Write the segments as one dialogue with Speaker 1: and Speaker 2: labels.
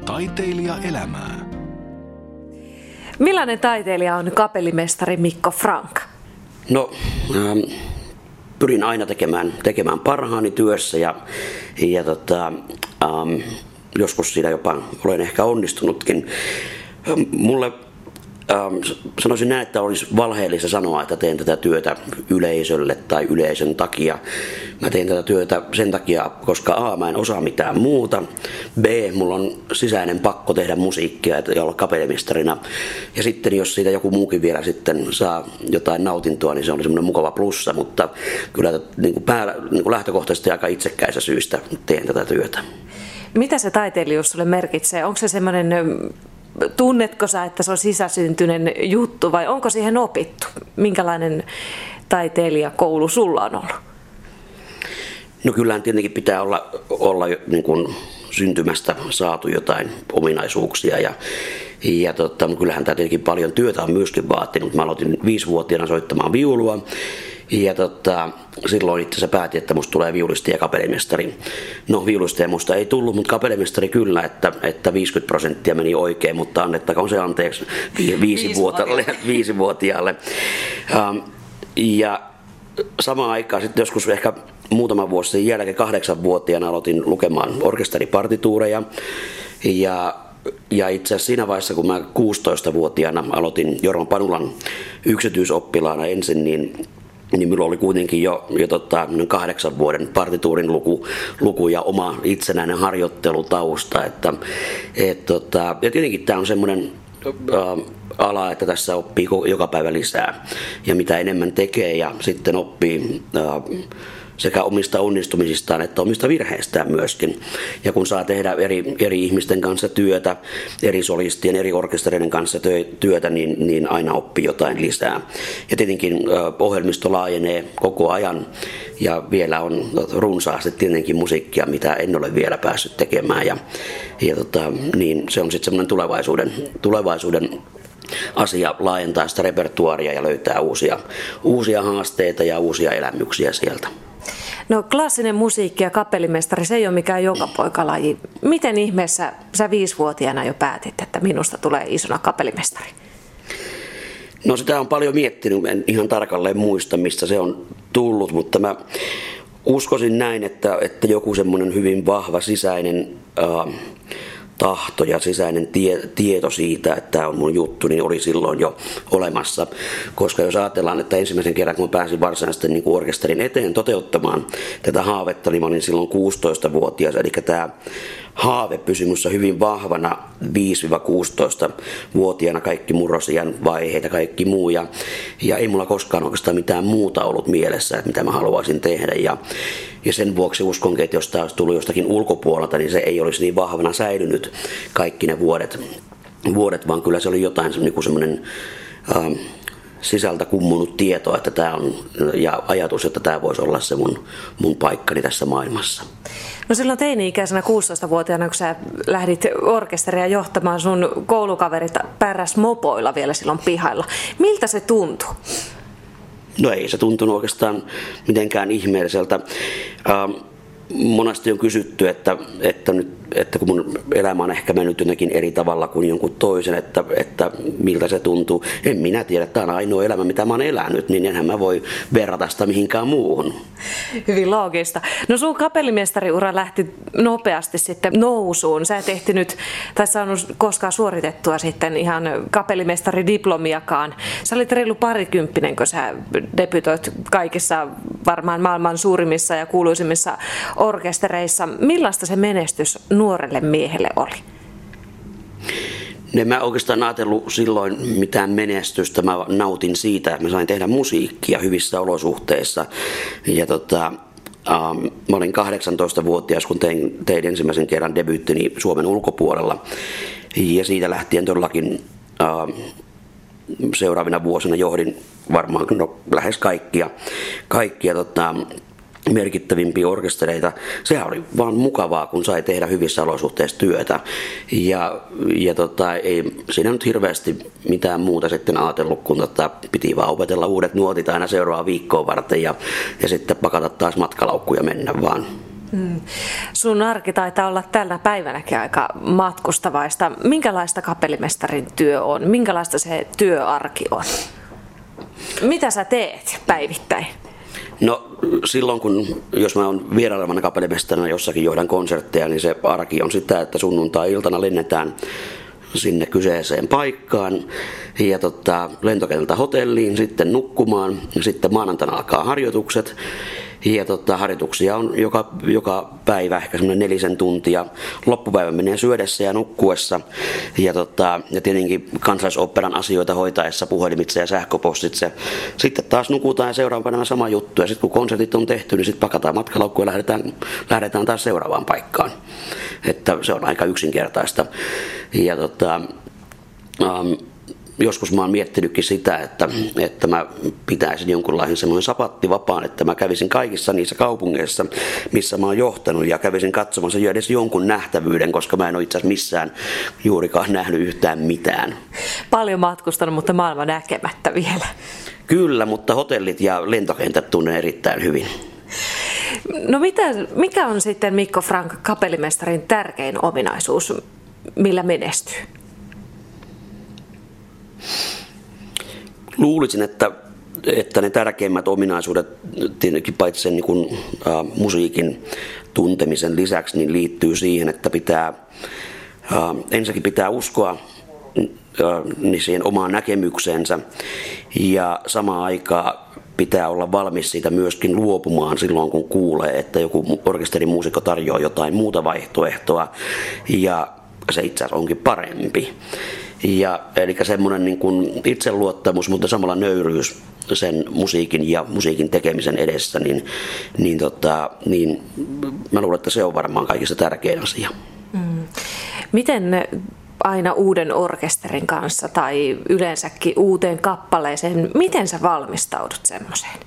Speaker 1: Taiteilija elämää.
Speaker 2: Millainen taiteilija on kapellimestari Mikko Frank?
Speaker 3: No, pyrin aina tekemään parhaani työssä ja joskus siinä jopa olen ehkä onnistunutkin. Mulle sanoisin näin, että olisi valheellista sanoa, että teen tätä työtä yleisölle tai yleisön takia. Mä teen tätä työtä sen takia, koska A, mä en osaa mitään muuta. B, mulla on sisäinen pakko tehdä musiikkia ja olla kapellimestarina. Ja sitten jos siitä joku muukin vielä sitten saa jotain nautintoa, niin se on semmoinen mukava plussa. Mutta kyllä niin kuin lähtökohtaisesti aika itsekkäistä syistä teen tätä työtä.
Speaker 2: Mitä se taiteilijuus sulle merkitsee? Onko se semmoinen... Tunnetko sä, että se on sisäsyntyinen juttu vai onko siihen opittu? Minkälainen taiteilijakoulu sulla on ollut?
Speaker 3: No kyllähän tietenkin pitää olla niin kuin syntymästä saatu jotain ominaisuuksia ja kyllähän tämä tietenkin paljon työtä on myöskin vaatinut. Mä aloitin 5-vuotiaana soittamaan viulua ja silloin itse asiassa päätin, että musta tulee viulisti ja kapellimestari. No viulisti musta ei tullut, mutta kapellimestari kyllä, että 50% meni oikein, mutta annettakoon se anteeksi 5-vuotiaalle. Ja samaan aikaan sitten joskus ehkä muutama vuosi sen jälkeen 8-vuotiaana aloitin lukemaan orkesteripartituureja ja itse asiassa siinä vaiheessa, kun mä 16-vuotiaana aloitin Jorma Panulan yksityisoppilaana ensin, niin minulla oli kuitenkin jo 8 vuoden partituurin luku ja oma itsenäinen harjoittelutausta. Ja tietenkin tämä on semmoinen ala, että tässä oppii joka päivä lisää. Ja mitä enemmän tekee ja sitten oppii sekä omista onnistumisistaan että omista virheistään myöskin. Ja kun saa tehdä eri ihmisten kanssa työtä, eri solistien, eri orkestereiden kanssa työtä, niin aina oppii jotain lisää. Ja tietenkin ohjelmisto laajenee koko ajan ja vielä on runsaasti tietenkin musiikkia, mitä en ole vielä päässyt tekemään. Niin se on sitten semmoinen tulevaisuuden asia laajentaa sitä repertuaaria ja löytää uusia haasteita ja uusia elämyksiä sieltä.
Speaker 2: No klassinen musiikki ja kapellimestari, se ei ole mikään joka poikalaji. Miten ihmeessä sä 5-vuotiaana jo päätit, että minusta tulee isona kapellimestari?
Speaker 3: No sitä on paljon miettinyt, en ihan tarkalleen muista mistä se on tullut, mutta mä uskoisin näin, että joku semmoinen hyvin vahva sisäinen tahto ja sisäinen tieto siitä, että tämä on mun juttu, niin oli silloin jo olemassa. Koska jos ajatellaan, että ensimmäisen kerran kun mä pääsin varsinaisesti niin kuin orkesterin eteen toteuttamaan tätä haavetta, niin mä olin silloin 16-vuotias. Eli tämä haave pysyi minussa hyvin vahvana 5-16-vuotiaana, kaikki murrosiän vaiheita, kaikki muu. Ja ei mulla koskaan oikeastaan mitään muuta ollut mielessä, että mitä mä haluaisin tehdä. Ja sen vuoksi uskonkin, että jos tämä olisi tullut jostakin ulkopuolelta, niin se ei olisi niin vahvana säilynyt kaikki ne vuodet, vaan kyllä se oli jotain niin kuin semmoinen sisältä kummunut tieto, että tämä on, ja ajatus, että tämä voisi olla se mun paikkani tässä maailmassa.
Speaker 2: No silloin teini-ikäisenä 16-vuotiaana, kun sä lähdit orkesteria johtamaan, sun koulukaverit pärräs mopoilla vielä silloin pihalla. Miltä se tuntui?
Speaker 3: No ei se tuntunut oikeastaan mitenkään ihmeelliseltä. Monesti on kysytty, että kun mun elämä on ehkä mennyt jotenkin eri tavalla kuin jonkun toisen, että miltä se tuntuu. En minä tiedä, että tämä on ainoa elämä, mitä mä oon elänyt, niin enhän mä voi verrata sitä mihinkään muuhun. Hyvin
Speaker 2: loogista. No sun kapellimestariura lähti nopeasti sitten nousuun. Sä et ehtinyt tai saanut koskaan suoritettua sitten ihan kapellimestaridiplomiakaan. Sä olit reilu parikymppinen, kun sä debytoit kaikissa varmaan maailman suurimmissa ja kuuluisimmissa orkestereissa. Millaista se menestys nuorelle miehelle oli?
Speaker 3: En mä oikeastaan ajatellut silloin mitään menestystä. Mä nautin siitä, että mä sain tehdä musiikkia hyvissä olosuhteissa. Ja mä olin 18-vuotias, kun tein ensimmäisen kerran debyyttini Suomen ulkopuolella. Ja siitä lähtien todellakin seuraavina vuosina johdin varmaan lähes kaikkia merkittävimpiä orkestereita. Sehän oli vaan mukavaa, kun sai tehdä hyvissä olosuhteissa työtä. Ja ei siinä nyt hirveästi mitään muuta sitten ajatellut, kun piti vaan opetella uudet nuotit aina seuraavaa viikkoa varten ja sitten pakata taas matkalaukkuja mennä vaan.
Speaker 2: Sun arki taitaa olla tänä päivänäkin aika matkustavaista. Minkälaista kapellimestarin työ on? Minkälaista se työarki on? Mitä sä teet päivittäin?
Speaker 3: No silloin, jos mä oon vierailevana kapellimestarina jossakin johdan konsertteja, niin se arki on sitä, että sunnuntai-iltana lennetään sinne kyseiseen paikkaan ja lentokentältä hotelliin, sitten nukkumaan ja sitten maanantaina alkaa harjoitukset. Ja harjoituksia on joka päivä ehkä semmoinen 4 tuntia. Loppupäivä menee syödessä ja nukkuessa. Ja tietenkin Kansallisoopperan asioita hoitaessa puhelimitse ja sähköpostitse. Sitten taas nukutaan ja seuraavan päivänä sama juttu. Ja sitten kun konsertit on tehty, niin sitten pakataan matkalaukku ja lähdetään taas seuraavaan paikkaan. Että se on aika yksinkertaista. Ja joskus mä oon miettinytkin sitä, että mä pitäisin jonkunlaisen semmoinen sapattivapaan, että mä kävisin kaikissa niissä kaupungeissa, missä mä oon johtanut ja kävisin katsomassa jo edes jonkun nähtävyyden, koska mä en ole itse asiassa missään juurikaan nähnyt yhtään mitään.
Speaker 2: Paljon matkustanut, mutta maailma näkemättä vielä.
Speaker 3: Kyllä, mutta hotellit ja lentokentät tunnen erittäin hyvin.
Speaker 2: No mikä on sitten Mikko Frank kapellimestarin tärkein ominaisuus, millä menestyy?
Speaker 3: Luulisin, että ne tärkeimmät ominaisuudet, tietenkin paitsi sen musiikin tuntemisen lisäksi, niin liittyy siihen, että ensinnäkin pitää uskoa niin siihen omaan näkemykseensä ja samaan aikaan pitää olla valmis siitä myöskin luopumaan silloin, kun kuulee, että joku orkesterimuusikko tarjoaa jotain muuta vaihtoehtoa ja se itse asiassa onkin parempi. Eli semmoinen niin kuin itseluottamus, mutta samalla nöyryys sen musiikin ja musiikin tekemisen edessä, niin mä luulen, että se on varmaan kaikista tärkein asia.
Speaker 2: Miten aina uuden orkesterin kanssa tai yleensäkin uuteen kappaleeseen, miten sä valmistaudut semmoiseen?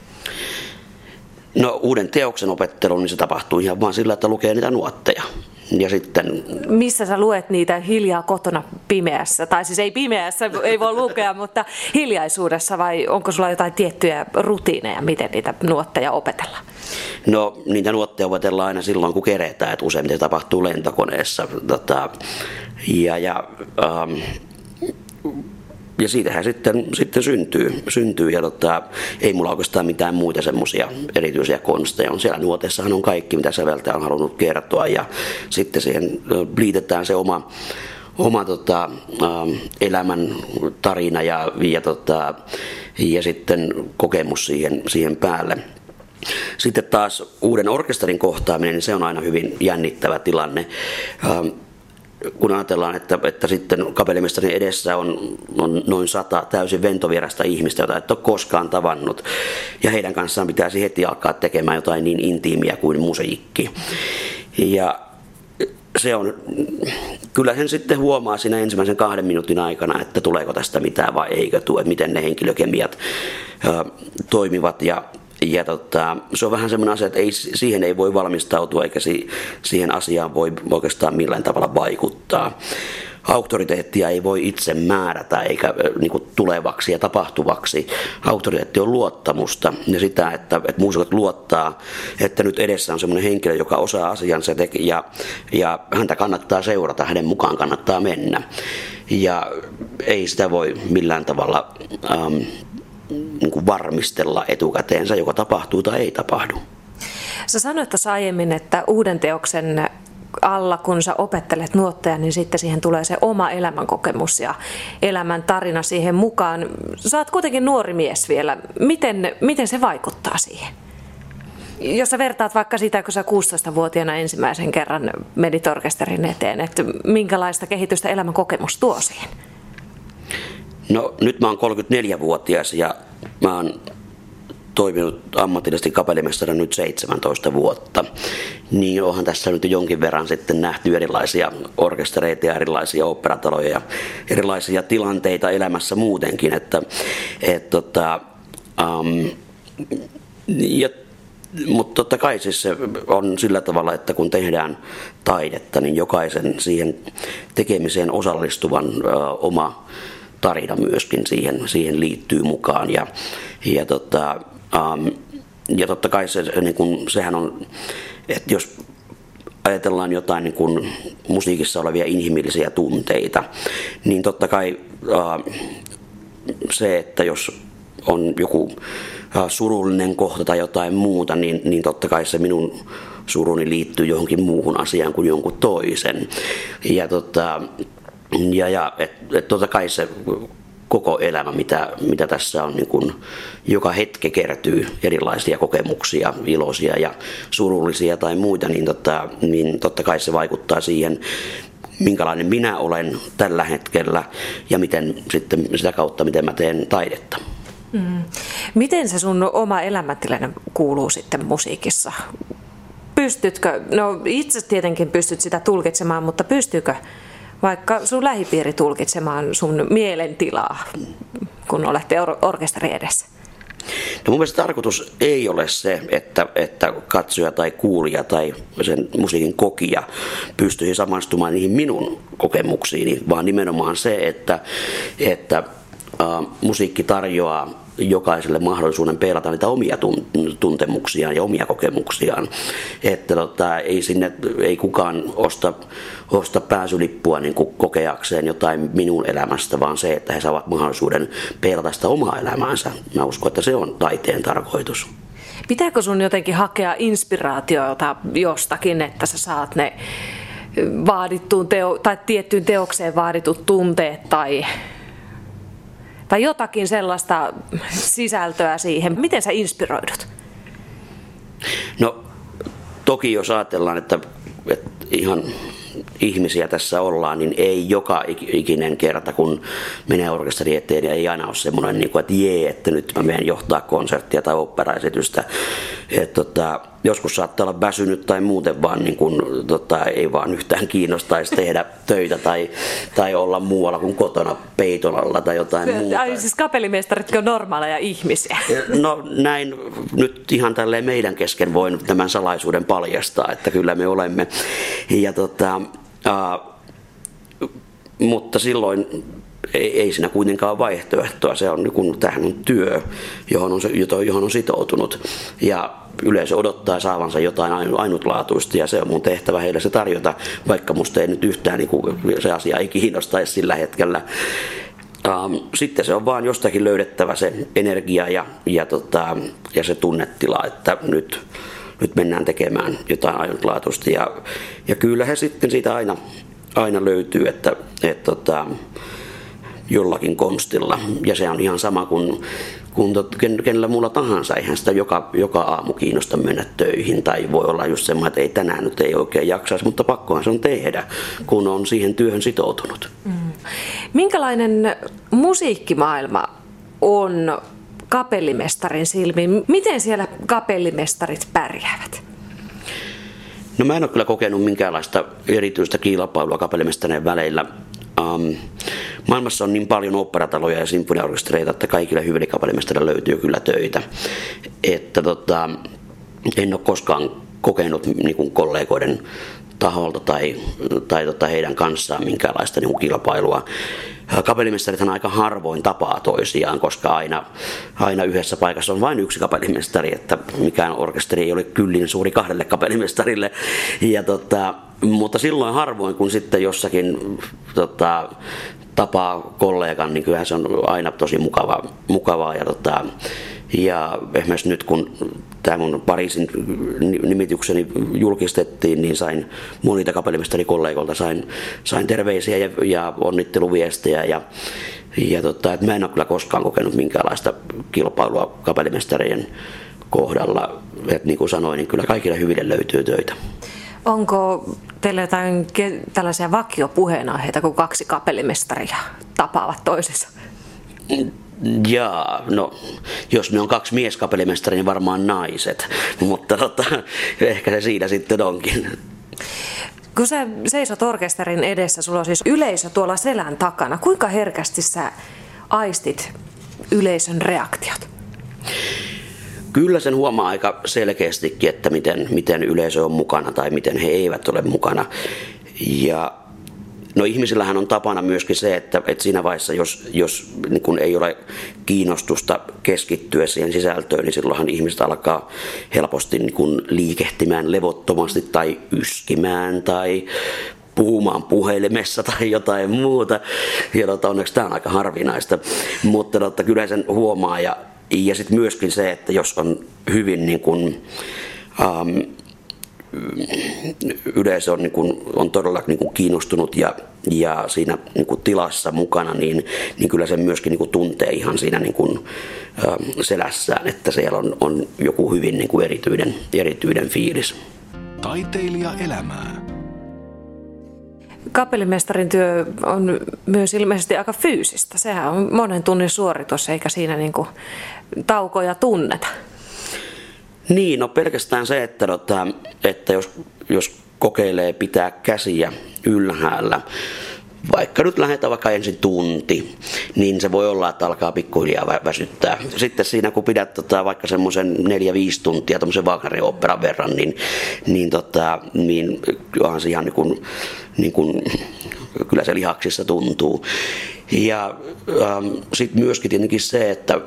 Speaker 3: No uuden teoksen opettelu, niin se tapahtuu ihan vaan sillä, että lukee niitä nuotteja. Ja sitten...
Speaker 2: Missä sä luet niitä hiljaa kotona pimeässä? Tai siis ei pimeässä, ei voi lukea, mutta hiljaisuudessa vai onko sulla jotain tiettyjä rutiineja, miten niitä nuotteja opetellaan?
Speaker 3: No niitä opetellaan aina silloin, kun keretään, että useimmiten tapahtuu lentokoneessa. Ja siitähän sitten syntyy ja ei mulla oikeastaan mitään muita semmoisia erityisiä konsteja. Siellä nuoteissahan on kaikki, mitä säveltäjä on halunnut kertoa ja sitten siihen liitetään se oma elämän tarina ja sitten kokemus siihen päälle. Sitten taas uuden orkesterin kohtaaminen, niin se on aina hyvin jännittävä tilanne. Kun ajatellaan, että sitten kapellimestarin edessä on noin 100 täysin ventovierasta ihmistä, joita et ole koskaan tavannut, ja heidän kanssaan pitäisi heti alkaa tekemään jotain niin intiimiä kuin musiikki. Ja se on, kyllä sen sitten huomaa siinä ensimmäisen 2 minuutin aikana, että tuleeko tästä mitään vai eikö tule, että miten ne henkilökemiat toimivat ja se on vähän semmoinen asia, että siihen ei voi valmistautua eikä siihen asiaan voi oikeastaan millään tavalla vaikuttaa. Auktoriteettia ei voi itse määrätä eikä niin kuin tulevaksi ja tapahtuvaksi. Auktoriteetti on luottamusta ja sitä, että muusikot luottaa, että nyt edessä on semmoinen henkilö, joka osaa asiansa ja häntä kannattaa seurata, hänen mukaan kannattaa mennä. Ja ei sitä voi millään tavalla niin kuin varmistella etukäteensä, joko tapahtuu tai ei tapahdu.
Speaker 2: Sä sanoit tuossa aiemmin, että uuden teoksen alla, kun sä opettelet nuotteja, niin sitten siihen tulee se oma elämänkokemus ja elämän tarina siihen mukaan. Sä oot kuitenkin nuori mies vielä. Miten se vaikuttaa siihen? Jos sä vertaat vaikka sitä, kun sä 16-vuotiaana ensimmäisen kerran menit orkesterin eteen, että minkälaista kehitystä elämänkokemus tuo siihen?
Speaker 3: No nyt mä oon 34-vuotias ja mä oon toiminut ammatillisesti kapellimestarina nyt 17 vuotta. Niin onhan tässä nyt jonkin verran sitten nähty erilaisia orkestereita ja erilaisia oopperataloja ja erilaisia tilanteita elämässä muutenkin. Mutta totta kai siis se on sillä tavalla, että kun tehdään taidetta, niin jokaisen siihen tekemiseen osallistuvan oma tarina myöskin siihen liittyy mukaan ja totta kai se, niin kun, sehän on että jos ajatellaan jotain niin kuin musiikissa olevia inhimillisiä tunteita, niin totta kai se, että jos on joku surullinen kohta tai jotain muuta, niin totta kai se minun suruni liittyy johonkin muuhun asiaan kuin jonkun toisen. Ja totta kai se koko elämä, mitä tässä on, niin kun joka hetki kertyy erilaisia kokemuksia, iloisia ja surullisia tai muita, niin totta kai se vaikuttaa siihen, minkälainen minä olen tällä hetkellä ja miten sitten sitä kautta, miten mä teen taidetta.
Speaker 2: Miten se sun oma elämäntilanne kuuluu sitten musiikissa? Pystytkö, no itse tietenkin pystyt sitä tulkitsemaan, mutta pystyykö vaikka sun lähipiiri tulkitsemaan sun mielentilaa, kun olette orkesteri edessä?
Speaker 3: No mun mielestä tarkoitus ei ole se, että katsoja tai kuulija tai sen musiikin kokija pystyisi samastumaan niihin minun kokemuksiini, vaan nimenomaan se, että musiikki tarjoaa jokaiselle mahdollisuuden peilata niitä omia tuntemuksiaan ja omia kokemuksiaan. Että ei kukaan osta pääsylippua niin kuin kokeakseen jotain minun elämästä, vaan se, että he saavat mahdollisuuden peilata sitä omaa elämäänsä. Mä uskon, että se on taiteen tarkoitus.
Speaker 2: Pitääkö sun jotenkin hakea inspiraatiota jostakin, että sä saat ne vaadittuun tai tiettyyn teokseen vaaditut tunteet tai jotakin sellaista sisältöä siihen? Miten sä inspiroidut?
Speaker 3: No toki jos ajatellaan, että ihan ihmisiä tässä ollaan, niin ei joka ikinen kerta, kun menee orkesteri eteen, ja ei aina ole semmoinen, että jee, että nyt mä menen johtaa konserttia tai oopperaesitystä. Joskus saattaa olla väsynyt tai muuten vaan ei vaan yhtään kiinnostaisi tehdä töitä tai olla muualla kuin kotona peiton alla tai jotain muuta.
Speaker 2: Ai siis kapellimestaritkin on normaaleja ihmisiä.
Speaker 3: No näin nyt ihan tälleen meidän kesken voin tämän salaisuuden paljastaa, että kyllä me olemme. Ja mutta silloin ei siinä kuitenkaan ole vaihtoehtoa. Se on, tämähän on työ, johon on sitoutunut. Ja yleisö odottaa saavansa jotain ainutlaatuista, ja se on mun tehtävä heille se tarjota, vaikka musta ei nyt yhtään se asia ei kiinnostaisi sillä hetkellä. Sitten se on vaan jostakin löydettävä se energia ja se tunnetila, että nyt mennään tekemään jotain ainutlaatuista. Ja kyllä he sitten siitä aina löytyy, että jollakin konstilla. Ja se on ihan sama kuin kenellä muulla tahansa. Eihän sitä joka aamu kiinnosta mennä töihin. Tai voi olla just semmoinen, että ei tänään nyt ei oikein jaksaisi, mutta pakkohan se on tehdä, kun on siihen työhön sitoutunut.
Speaker 2: Minkälainen musiikkimaailma on kapellimestarin silmiin? Miten siellä kapellimestarit pärjäävät?
Speaker 3: No mä en ole kyllä kokenut minkäänlaista erityistä kilpailua kapellimestarien välillä. Maailmassa on niin paljon oopperataloja ja sinfoniaorkestereita, että kaikille hyville kapellimestarille löytyy kyllä töitä. Että en ole koskaan kokenut niin kollegoiden taholta tai heidän kanssaan minkäänlaista niin kilpailua. Kapellimestarithan aika harvoin tapaa toisiaan, koska aina yhdessä paikassa on vain yksi kapellimestari, että mikään orkesteri ei ole kyllin suuri kahdelle kapellimestarille. Mutta silloin harvoin, kun sitten jossakin tapaa kollegan, niin kyllähän se on aina tosi mukavaa. Ja esimerkiksi nyt, kun tämä mun Pariisin nimitykseni julkistettiin, niin sain monilta kapellimestarikollegoilta sain terveisiä ja onnitteluviestejä. Että mä en ole kyllä koskaan kokenut minkäänlaista kilpailua kapellimestarien kohdalla. Että niin kuin sanoin, niin kyllä kaikille hyville löytyy töitä.
Speaker 2: Onko teillä jotain tällaisia vakiopuheenaiheita, kun kaksi kapellimestaria tapaavat toisensa?
Speaker 3: Jaa, no jos ne on kaksi mieskapellimestaria, niin varmaan naiset, mutta ehkä se siinä sitten onkin.
Speaker 2: Kun sä seisot orkesterin edessä, sulla on siis yleisö tuolla selän takana. Kuinka herkästi sä aistit yleisön reaktiot?
Speaker 3: Kyllä sen huomaa aika selkeästikin, että miten yleisö on mukana tai miten he eivät ole mukana. Ja no ihmisillähän on tapana myöskin se, että siinä vaiheessa, jos niin kun ei ole kiinnostusta keskittyä siihen sisältöön, niin silloinhan ihmiset alkaa helposti niin kuin liikehtimään levottomasti tai yskimään tai puhumaan puhelimessa tai jotain muuta. Ja onneksi tämä on aika harvinaista, mutta kyllä sen huomaa. Ja sitten myöskin se, että jos on hyvin niin kuin, yleisö on, niin kuin, on todella niin kuin kiinnostunut ja siinä niin kuin tilassa mukana, niin kyllä sen myöskin niin kuin tuntee ihan siinä niin kuin, selässään, että siellä on joku hyvin niin kuin erityinen fiilis.
Speaker 1: Taiteilija elämää.
Speaker 2: Kapellimestarin työ on myös ilmeisesti aika fyysistä. Sehän on monen tunnin suoritus, eikä siinä niin kuin taukoja tunneta.
Speaker 3: Niin, no pelkästään se, että jos kokeilee pitää käsiä ylhäällä, vaikka nyt lähdetään vaikka ensin tunti, niin se voi olla, että alkaa pikkuhiljaa väsyttää. Sitten siinä kun pidät vaikka semmoisen 4-5 tuntia tuommoisen Wagnerin oopperan verran, niin onhan se ihan niin kuin, kyllä se lihaksissa tuntuu. Ja sitten myöskin tietenkin se, että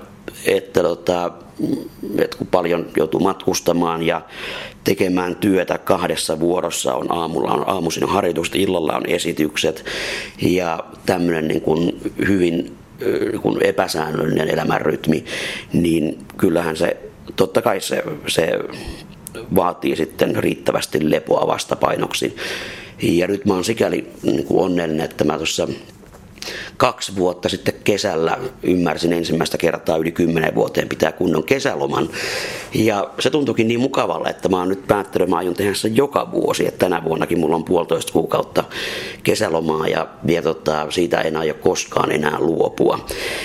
Speaker 3: kun paljon joutuu matkustamaan ja tekemään työtä 2 vuorossa, aamulla on aamuisin harjoitukset, illalla on esitykset ja tämmöinen niin kuin hyvin niin epäsäännöllinen elämänrytmi, niin kyllähän se totta kai se vaatii sitten riittävästi lepoa vastapainoksi. Ja nyt mä oon sikäli niin kuin onnellinen, että mä tuossa 2 vuotta sitten kesällä ymmärsin ensimmäistä kertaa yli 10 vuoteen pitää kunnon kesäloman. Ja se tuntuikin niin mukavalle, että mä oon nyt päättänyt, että mä aion tehdä sen joka vuosi. Että tänä vuonnakin mulla on 1,5 kuukautta kesälomaa ja siitä en aio koskaan enää luopua.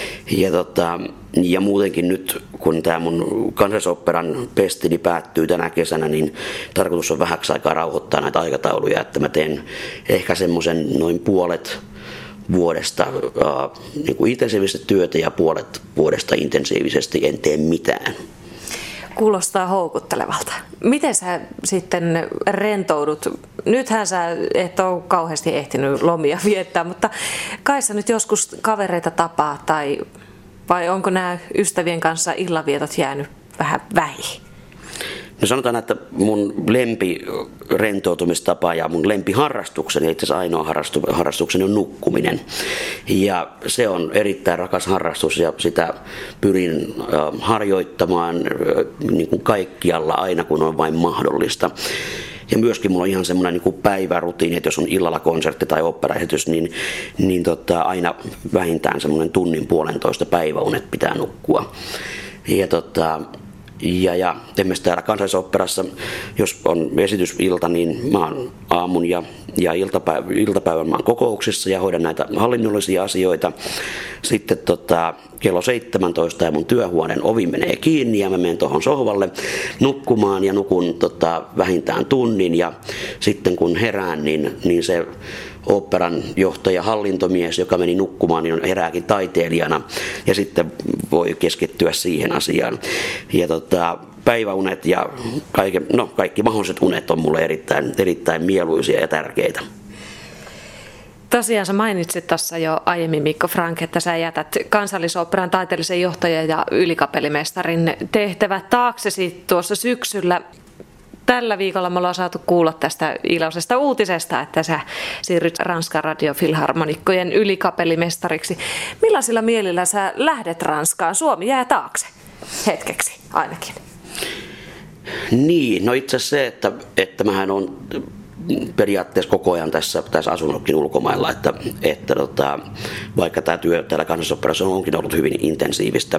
Speaker 3: Ja muutenkin nyt, kun tämä mun Kansallisoopperan pestini päättyy tänä kesänä, niin tarkoitus on vähäksi aikaa rauhoittaa näitä aikatauluja, että mä teen ehkä semmoisen noin puolet vuodesta niin kuin intensiivistä työtä ja puolet vuodesta intensiivisesti en tee mitään.
Speaker 2: Kuulostaa houkuttelevalta. Miten sä sitten rentoudut? Nythän sä et ole kauheasti ehtinyt lomia viettää, mutta kai sä nyt joskus kavereita tapaa vai onko nämä ystävien kanssa illanvietot jäänyt vähän vähiin?
Speaker 3: No sanotaan, että mun lempirentoutumistapa ja mun lempiharrastukseni, itse asiassa ainoa harrastukseni on nukkuminen. Ja se on erittäin rakas harrastus ja sitä pyrin harjoittamaan niin kuin kaikkialla aina kun on vain mahdollista. Ja myöskin mulla on ihan semmoinen niin kuin päivärutiini, että jos on illalla konsertti tai oopperaesitys, niin aina vähintään semmoinen 1-1,5 päiväunet pitää nukkua. Ja esimerkiksi täällä Kansallisoopperassa, jos on esitysilta, niin mä oon aamun ja iltapäivän mä oon kokouksissa ja hoidan näitä hallinnollisia asioita. Sitten kello 17 ja mun työhuoneen ovi menee kiinni ja mä menen tuohon sohvalle nukkumaan ja nukun vähintään tunnin. Ja sitten kun herään, niin se oopperan johtaja, hallintomies, joka meni nukkumaan, niin herääkin taiteilijana ja sitten voi keskittyä siihen asiaan. Ja päiväunet ja kaikki mahdolliset unet on mulle erittäin mieluisia ja tärkeitä.
Speaker 2: Tosiaan sä mainitsit tuossa jo aiemmin, Mikko Frank, että sä jätät Kansallisoopperan taiteellisen johtajan ja ylikapellimestarin tehtävät taaksesi tuossa syksyllä. Tällä viikolla me ollaan saatu kuulla tästä iloisesta uutisesta, että sä siirryt Ranskan radiofilharmonikkojen ylikapellimestariksi. Millaisilla mielillä sä lähdet Ranskaan? Suomi jää taakse hetkeksi ainakin.
Speaker 3: Niin, no itse asiassa se, että mähän on periaatteessa koko ajan tässä asunutkin ulkomailla, että vaikka tämä työ täällä Kansallisoopperassa onkin ollut hyvin intensiivistä,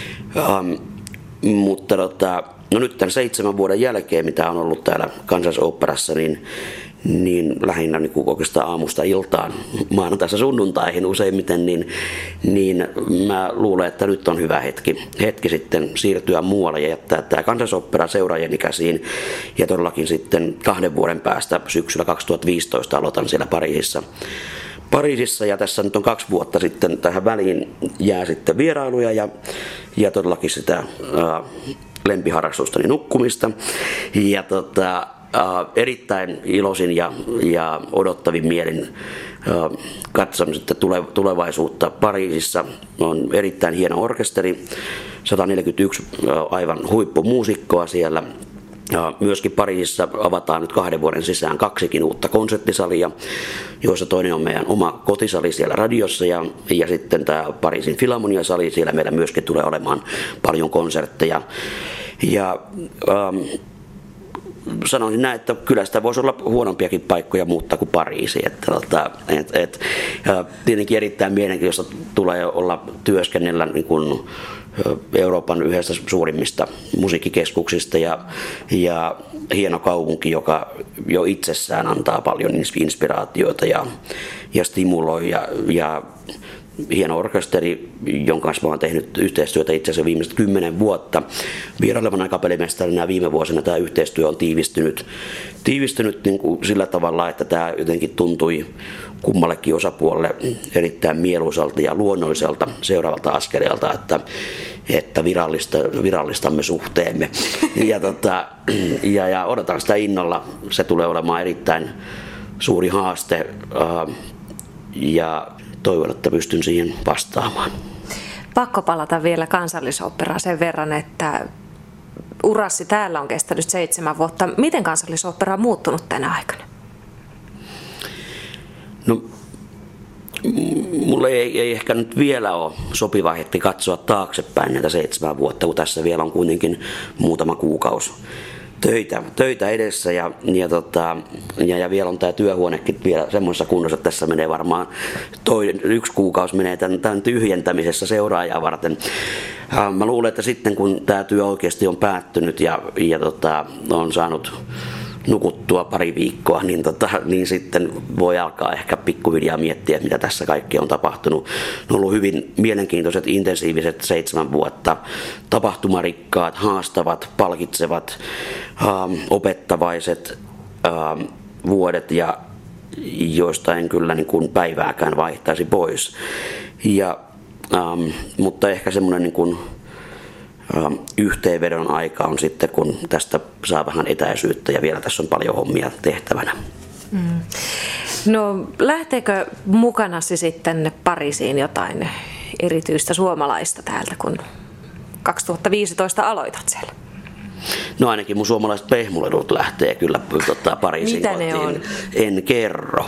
Speaker 3: mutta no nyt tämän 7 vuoden jälkeen, mitä on ollut täällä Kansallisoopperassa, niin lähinnä niin kuin oikeastaan aamusta iltaan, maanantaista sunnuntaihin useimmiten, niin mä luulen, että nyt on hyvä hetki sitten siirtyä muualle ja jättää tämä Kansallisooppera seuraajien käsiin. Ja todellakin sitten 2 vuoden päästä syksyllä 2015 aloitan siellä Pariisissa ja tässä nyt on 2 vuotta sitten tähän väliin jää sitten vierailuja ja todellakin sitä lempiharrastustani nukkumista ja erittäin iloisin ja odottavin mielin katson sitten tulevaisuutta Pariisissa. On erittäin hieno orkesteri 141 aivan huippumuusikkoa siellä. Ja myöskin Pariisissa avataan nyt 2 vuoden sisään 2 uutta konserttisalia, joissa toinen on meidän oma kotisali siellä radiossa ja sitten tämä Pariisin Filharmonia-sali, siellä meillä myöskin tulee olemaan paljon konsertteja. Ja sanoisin näin, että kyllä sitä voisi olla huonompiakin paikkoja muuttaa kuin Pariisi. Tietenkin erittäin mielenkiintoista tulee olla työskennellä niin kuin Euroopan yhdestä suurimmista musiikkikeskuksista ja hieno kaupunki, joka jo itsessään antaa paljon inspiraatioita ja stimuloi ja hieno orkesteri, jonka kanssa olen tehnyt yhteistyötä itse asiassa viimeiset 10 vuotta. Vierailevana kapellimestarina viime vuosina tämä yhteistyö on tiivistynyt niin kuin sillä tavalla, että tämä jotenkin tuntui kummallekin osapuolelle erittäin mieluisalta ja luonnolliselta seuraavalta askeleelta, että virallistamme suhteemme. Ja odotan sitä innolla. Se tulee olemaan erittäin suuri haaste ja toivon, että pystyn siihen vastaamaan.
Speaker 2: Pakko palata vielä Kansallisoopperaan sen verran, että urasi täällä on kestänyt 7 vuotta. Miten Kansallisooppera on muuttunut tänä aikana?
Speaker 3: No, mulle ei ehkä nyt vielä ole sopiva hetki katsoa taaksepäin näitä 7 vuotta, kun tässä vielä on kuitenkin muutama kuukausi töitä edessä ja vielä on tämä työhuonekin vielä semmoisessa kunnossa, että tässä menee varmaan 1 kuukausi menee tämän tyhjentämisessä seuraajaa varten. Mä luulen, että sitten kun tämä työ oikeasti on päättynyt ja on saanut nukuttua 2 viikkoa, niin sitten voi alkaa ehkä pikkuhiljaa miettiä, mitä tässä kaikki on tapahtunut. On ollut hyvin mielenkiintoiset, intensiiviset 7 vuotta, tapahtumarikkaat, haastavat, palkitsevat, opettavaiset vuodet, ja joista en kyllä niin kuin päivääkään vaihtaisi pois. Mutta ehkä semmoinen niin kuin yhteenvedon aika on sitten, kun tästä saa vähän etäisyyttä ja vielä tässä on paljon hommia tehtävänä.
Speaker 2: No lähteekö mukanasi sitten Pariisiin jotain erityistä suomalaista täältä, kun 2015 aloitat siellä?
Speaker 3: No ainakin mun suomalaiset pehmuledut lähtee kyllä Pariisiin.
Speaker 2: Mitä ne on?
Speaker 3: En kerro.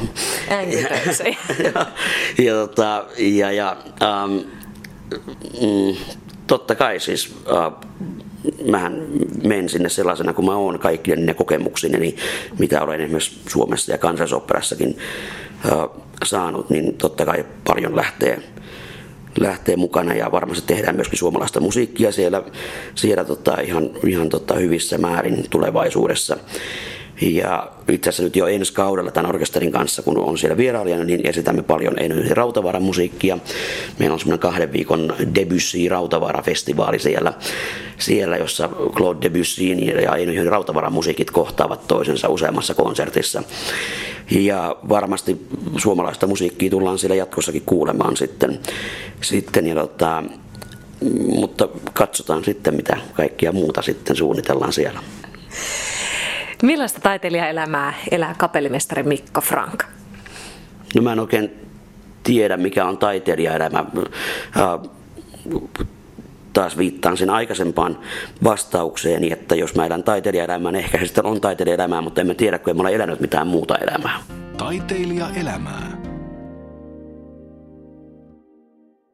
Speaker 3: Totta kai siis mähän menen sinne sellaisena kuin mä oon kaikkien ne kokemuksineni, mitä olen esimerkiksi Suomessa ja Kansallisoopperassakin saanut, niin totta kai paljon lähtee mukana ja varmasti tehdään myöskin suomalaista musiikkia siellä ihan hyvissä määrin tulevaisuudessa. Ja itse asiassa nyt jo ensi kaudella tämän orkesterin kanssa, kun on siellä vierailijana, niin esitämme paljon Eino Rautavaaran musiikkia. Meillä on semmoinen 2 viikon Debussy-Rautavaara-festivaali siellä, jossa Claude Debussyin ja Eino Rautavaaran musiikit kohtaavat toisensa useammassa konsertissa. Ja varmasti suomalaista musiikkia tullaan siellä jatkossakin kuulemaan sitten mutta katsotaan sitten, mitä kaikkia muuta sitten suunnitellaan siellä.
Speaker 2: Millaista taiteilijaelämää elää kapellimestari Mikko Franck?
Speaker 3: No mä en oikein tiedä, mikä on taiteilijaelämä. Taas viittaan sen aikaisempaan vastaukseeni, että jos mä elän taiteilijaelämää, niin ehkä se sitten on taiteilijaelämää, mutta en mä tiedä, kun en mä ole elänyt mitään muuta elämää.
Speaker 1: Taiteilijaelämää.